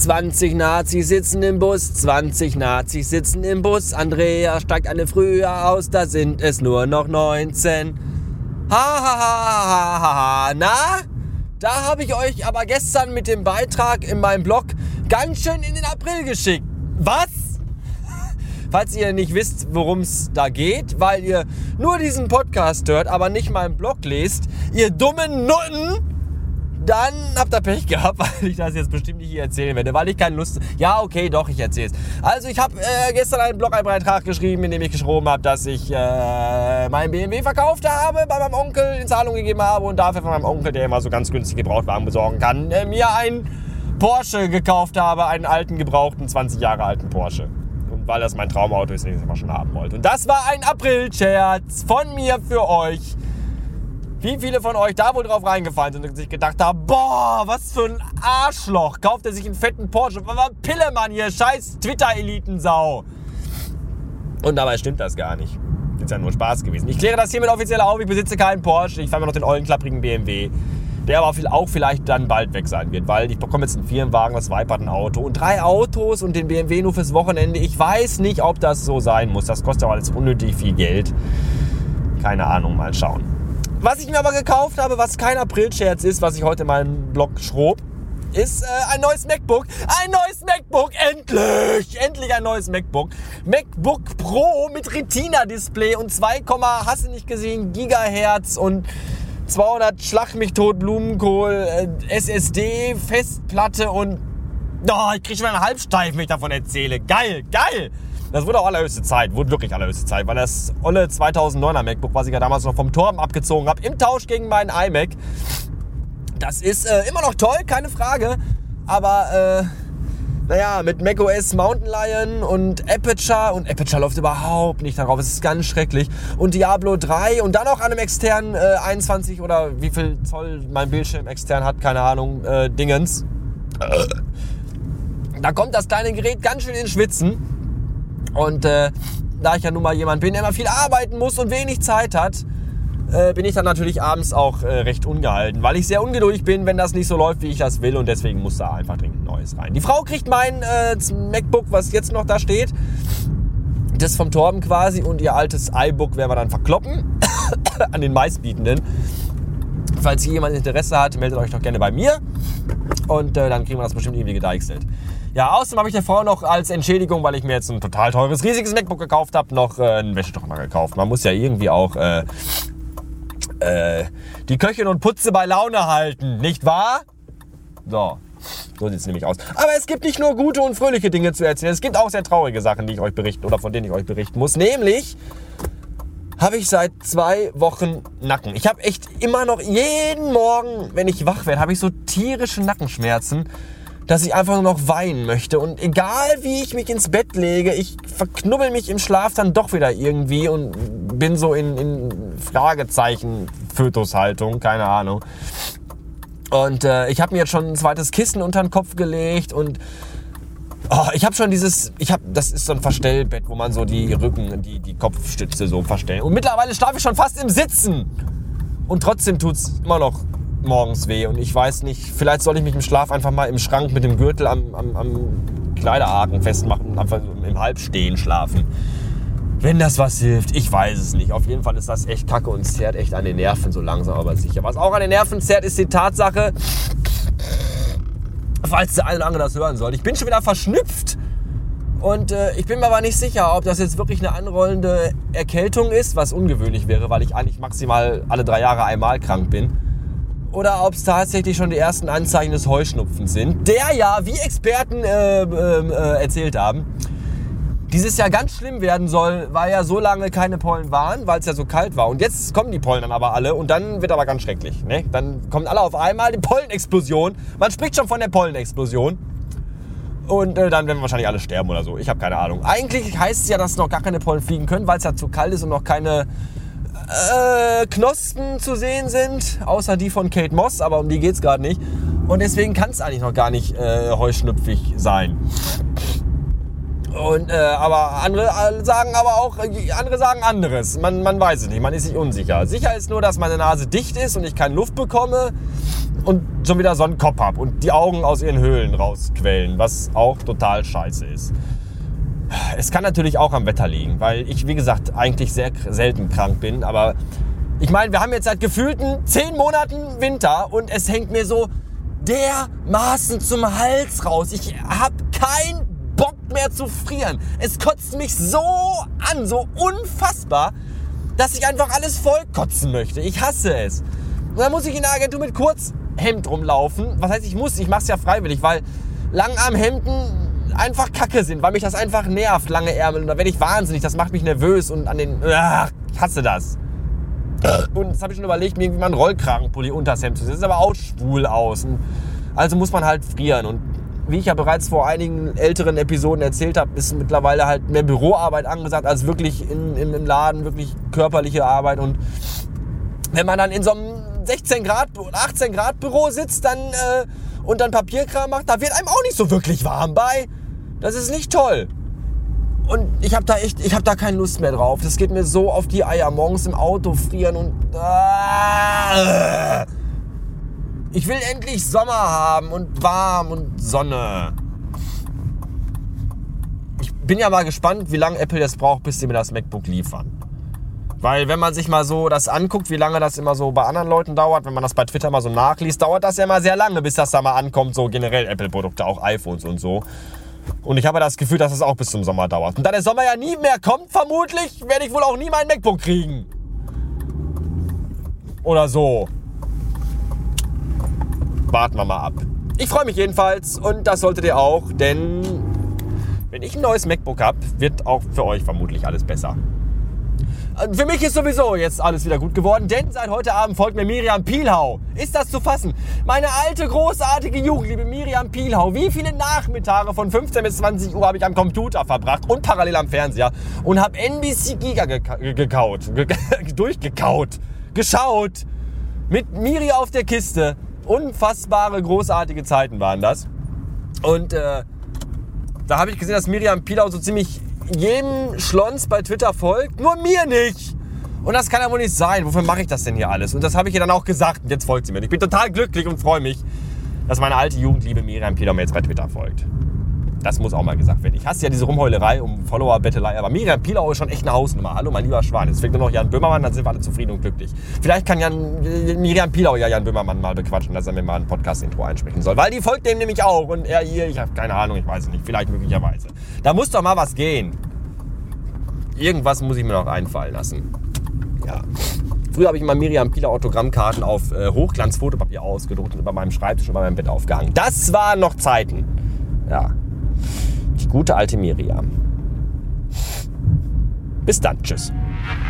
20 Nazis sitzen im Bus, 20 Nazis sitzen im Bus. Andrea steigt eine früher aus, da sind es nur noch 19. Ha, ha, ha, ha, ha, ha. Na? Da habe ich euch aber gestern mit dem Beitrag in meinem Blog ganz schön in den April geschickt. Was? Falls ihr nicht wisst, worum es da geht, weil ihr nur diesen Podcast hört, aber nicht meinen Blog lest, ihr dummen Nutten, dann habt ihr Pech gehabt, weil ich das jetzt bestimmt nicht hier erzählen werde, weil ich keine Lust... Ja, okay, doch, ich erzähle es. Also ich habe gestern einen Blog-Beitrag geschrieben, in dem ich geschrieben habe, dass ich meinen BMW verkauft habe, bei meinem Onkel in Zahlung gegeben habe und dafür von meinem Onkel, der immer so ganz günstige Gebrauchtwagen besorgen kann, mir einen Porsche gekauft habe, einen alten, gebrauchten, 20 Jahre alten Porsche. Und weil das mein Traumauto ist, den ich immer schon haben wollte. Und das war ein April-Scherz von mir für euch. Wie viele von euch da wohl drauf reingefallen sind und sich gedacht haben, boah, was für ein Arschloch, kauft er sich einen fetten Porsche, was ein Pillemann hier, scheiß Twitter-Elitensau. Und dabei stimmt das gar nicht. Ist ja nur Spaß gewesen. Ich kläre das hiermit offiziell auf, ich besitze keinen Porsche, ich fahre mir noch den ollen, klapprigen BMW, der aber auch vielleicht dann bald weg sein wird, weil ich bekomme jetzt einen Firmenwagen, das Vibe hat ein Auto und 3 Autos und den BMW nur fürs Wochenende. Ich weiß nicht, ob das so sein muss, das kostet aber alles unnötig viel Geld. Keine Ahnung, mal schauen. Was ich mir aber gekauft habe, was kein April-Scherz ist, was ich heute in meinem Blog schrob, ist ein neues MacBook. Ein neues MacBook, endlich! Endlich ein neues MacBook. MacBook Pro mit Retina-Display und 2, hast du nicht gesehen, Gigahertz und 200 Schlag mich tot Blumenkohl, SSD, Festplatte und... Oh, ich kriege schon einen Halbsteif, wenn ich davon erzähle. Geil, geil! Das wurde auch allerhöchste Zeit, wurde wirklich allerhöchste Zeit, weil das olle 2009er MacBook, was ich ja damals noch vom Torben abgezogen habe, im Tausch gegen meinen iMac, das ist immer noch toll, keine Frage, aber naja, mit macOS Mountain Lion und Aperture läuft überhaupt nicht darauf, es ist ganz schrecklich, und Diablo 3 und dann auch an einem externen 21 oder wie viel Zoll mein Bildschirm extern hat, keine Ahnung, Dingens. Da kommt das kleine Gerät ganz schön ins Schwitzen. Und da ich ja nun mal jemand bin, der immer viel arbeiten muss und wenig Zeit hat, bin ich dann natürlich abends auch recht ungehalten, weil ich sehr ungeduldig bin, wenn das nicht so läuft, wie ich das will, und deswegen muss da einfach dringend Neues rein. Die Frau kriegt mein MacBook, was jetzt noch da steht, das vom Torben quasi, und ihr altes iBook werden wir dann verkloppen an den meistbietenden. Falls hier jemand Interesse hat, meldet euch doch gerne bei mir und dann kriegen wir das bestimmt irgendwie gedeichselt. Ja, außerdem habe ich der Frau noch als Entschädigung, weil ich mir jetzt ein total teures, riesiges MacBook gekauft habe, noch einen Wäschetrockner gekauft. Man muss ja irgendwie auch die Köchin und Putze bei Laune halten, nicht wahr? So sieht es nämlich aus. Aber es gibt nicht nur gute und fröhliche Dinge zu erzählen, es gibt auch sehr traurige Sachen, die ich euch berichten oder von denen ich euch berichten muss. Nämlich habe ich seit 2 Wochen Nacken. Ich habe echt immer noch jeden Morgen, wenn ich wach werde, habe ich so tierische Nackenschmerzen, dass ich einfach nur noch weinen möchte. Und egal wie ich mich ins Bett lege, ich verknubbel mich im Schlaf dann doch wieder irgendwie und bin so in Fragezeichen Fötushaltung, keine Ahnung. Und ich habe mir jetzt schon ein zweites Kissen unter den Kopf gelegt und ich habe schon das ist so ein Verstellbett, wo man so die Rücken, die Kopfstütze so verstellen. Und mittlerweile schlafe ich schon fast im Sitzen. Und trotzdem tut's immer noch morgens weh. Und ich weiß nicht, vielleicht soll ich mich im Schlaf einfach mal im Schrank mit dem Gürtel am Kleiderhaken festmachen und einfach im Halbstehen schlafen. Wenn das was hilft, ich weiß es nicht. Auf jeden Fall ist das echt kacke und zerrt echt an den Nerven, so langsam aber sicher. Was auch an den Nerven zerrt, ist die Tatsache, falls der eine oder andere das hören soll, ich bin schon wieder verschnüpft. Und ich bin mir aber nicht sicher, ob das jetzt wirklich eine anrollende Erkältung ist, was ungewöhnlich wäre, weil ich eigentlich maximal alle 3 Jahre einmal krank bin. Oder ob es tatsächlich schon die ersten Anzeichen des Heuschnupfens sind, der ja, wie Experten erzählt haben, dieses Jahr ganz schlimm werden soll, weil ja so lange keine Pollen waren, weil es ja so kalt war. Und jetzt kommen die Pollen dann aber alle und dann wird aber ganz schrecklich. Ne? Dann kommen alle auf einmal, die Pollenexplosion. Man spricht schon von der Pollenexplosion. Und dann werden wir wahrscheinlich alle sterben oder so. Ich habe keine Ahnung. Eigentlich heißt es ja, dass noch gar keine Pollen fliegen können, weil es ja zu kalt ist und noch keine Knospen zu sehen sind. Außer die von Kate Moss, aber um die geht es gerade nicht. Und deswegen kann es eigentlich noch gar nicht heuschnüpfig sein. Und aber andere sagen anderes. Man weiß es nicht, man ist sich unsicher. Sicher ist nur, dass meine Nase dicht ist und ich keine Luft bekomme und schon wieder Sonnenkopf habe und die Augen aus ihren Höhlen rausquellen, was auch total scheiße ist. Es kann natürlich auch am Wetter liegen, weil ich, wie gesagt, eigentlich sehr selten krank bin, aber ich meine, wir haben jetzt seit gefühlten 10 Monaten Winter und es hängt mir so dermaßen zum Hals raus. Ich habe keinen Bock mehr zu frieren. Es kotzt mich so an, so unfassbar, dass ich einfach alles voll kotzen möchte. Ich hasse es. Und dann muss ich in der Agentur mit Kurzhemd rumlaufen. Was heißt, ich mache es ja freiwillig, weil Langarmhemden einfach kacke sind, weil mich das einfach nervt, lange Ärmel. Und da werde ich wahnsinnig, das macht mich nervös und ich hasse das. Und das habe ich schon überlegt, mir irgendwie mal einen Rollkragenpulli unters Hemd zu setzen. Das sieht aber auch schwul aus. Und also muss man halt frieren. Und wie ich ja bereits vor einigen älteren Episoden erzählt habe, ist mittlerweile halt mehr Büroarbeit angesagt, als wirklich im Laden, wirklich körperliche Arbeit. Und wenn man dann in so einem 16 Grad, 18 Grad Büro sitzt und dann Papierkram macht, da wird einem auch nicht so wirklich warm bei. Das ist nicht toll. Und ich habe da keine Lust mehr drauf. Das geht mir so auf die Eier. Morgens im Auto frieren und ich will endlich Sommer haben und warm und Sonne. Ich bin ja mal gespannt, wie lange Apple jetzt braucht, bis sie mir das MacBook liefern. Weil wenn man sich mal so das anguckt, wie lange das immer so bei anderen Leuten dauert, wenn man das bei Twitter mal so nachliest, dauert das ja immer sehr lange, bis das da mal ankommt, so generell Apple-Produkte, auch iPhones und so. Und ich habe das Gefühl, dass es auch bis zum Sommer dauert. Und da der Sommer ja nie mehr kommt, vermutlich, werde ich wohl auch nie mein MacBook kriegen. Oder so. Warten wir mal ab. Ich freue mich jedenfalls und das solltet ihr auch, denn wenn ich ein neues MacBook habe, wird auch für euch vermutlich alles besser. Für mich ist sowieso jetzt alles wieder gut geworden, denn seit heute Abend folgt mir Miriam Pielhau. Ist das zu fassen? Meine alte, großartige Jugendliebe Miriam Pielhau. Wie viele Nachmittage von 15 bis 20 Uhr habe ich am Computer verbracht und parallel am Fernseher und habe NBC Giga geschaut. Mit Miri auf der Kiste. Unfassbare, großartige Zeiten waren das. Und da habe ich gesehen, dass Miriam Pielhau so ziemlich jedem Schlons bei Twitter folgt, nur mir nicht. Und das kann ja wohl nicht sein. Wofür mache ich das denn hier alles? Und das habe ich ihr dann auch gesagt. Und jetzt folgt sie mir. Ich bin total glücklich und freue mich, dass meine alte Jugendliebe Miriam Pielhau mir jetzt bei Twitter folgt. Das muss auch mal gesagt werden. Ich hasse ja diese Rumheulerei um Follower-Bettelei, aber Miriam Pielhau ist schon echt eine Hausnummer. Hallo, mein lieber Schwan. Jetzt fehlt nur noch Jan Böhmermann, dann sind wir alle zufrieden und glücklich. Vielleicht kann Miriam Pielhau ja Jan Böhmermann mal bequatschen, dass er mir mal ein Podcast-Intro einsprechen soll. Weil die folgt dem nämlich auch. Und er ihr, ich habe keine Ahnung, ich weiß es nicht. Vielleicht möglicherweise. Da muss doch mal was gehen. Irgendwas muss ich mir noch einfallen lassen. Ja. Früher habe ich immer Miriam Pielhau Autogrammkarten auf Hochglanzfotopapier ausgedruckt und über meinem Schreibtisch und bei meinem Bett aufgehangen. Das waren noch Zeiten. Ja. Die gute alte Miriam. Bis dann. Tschüss.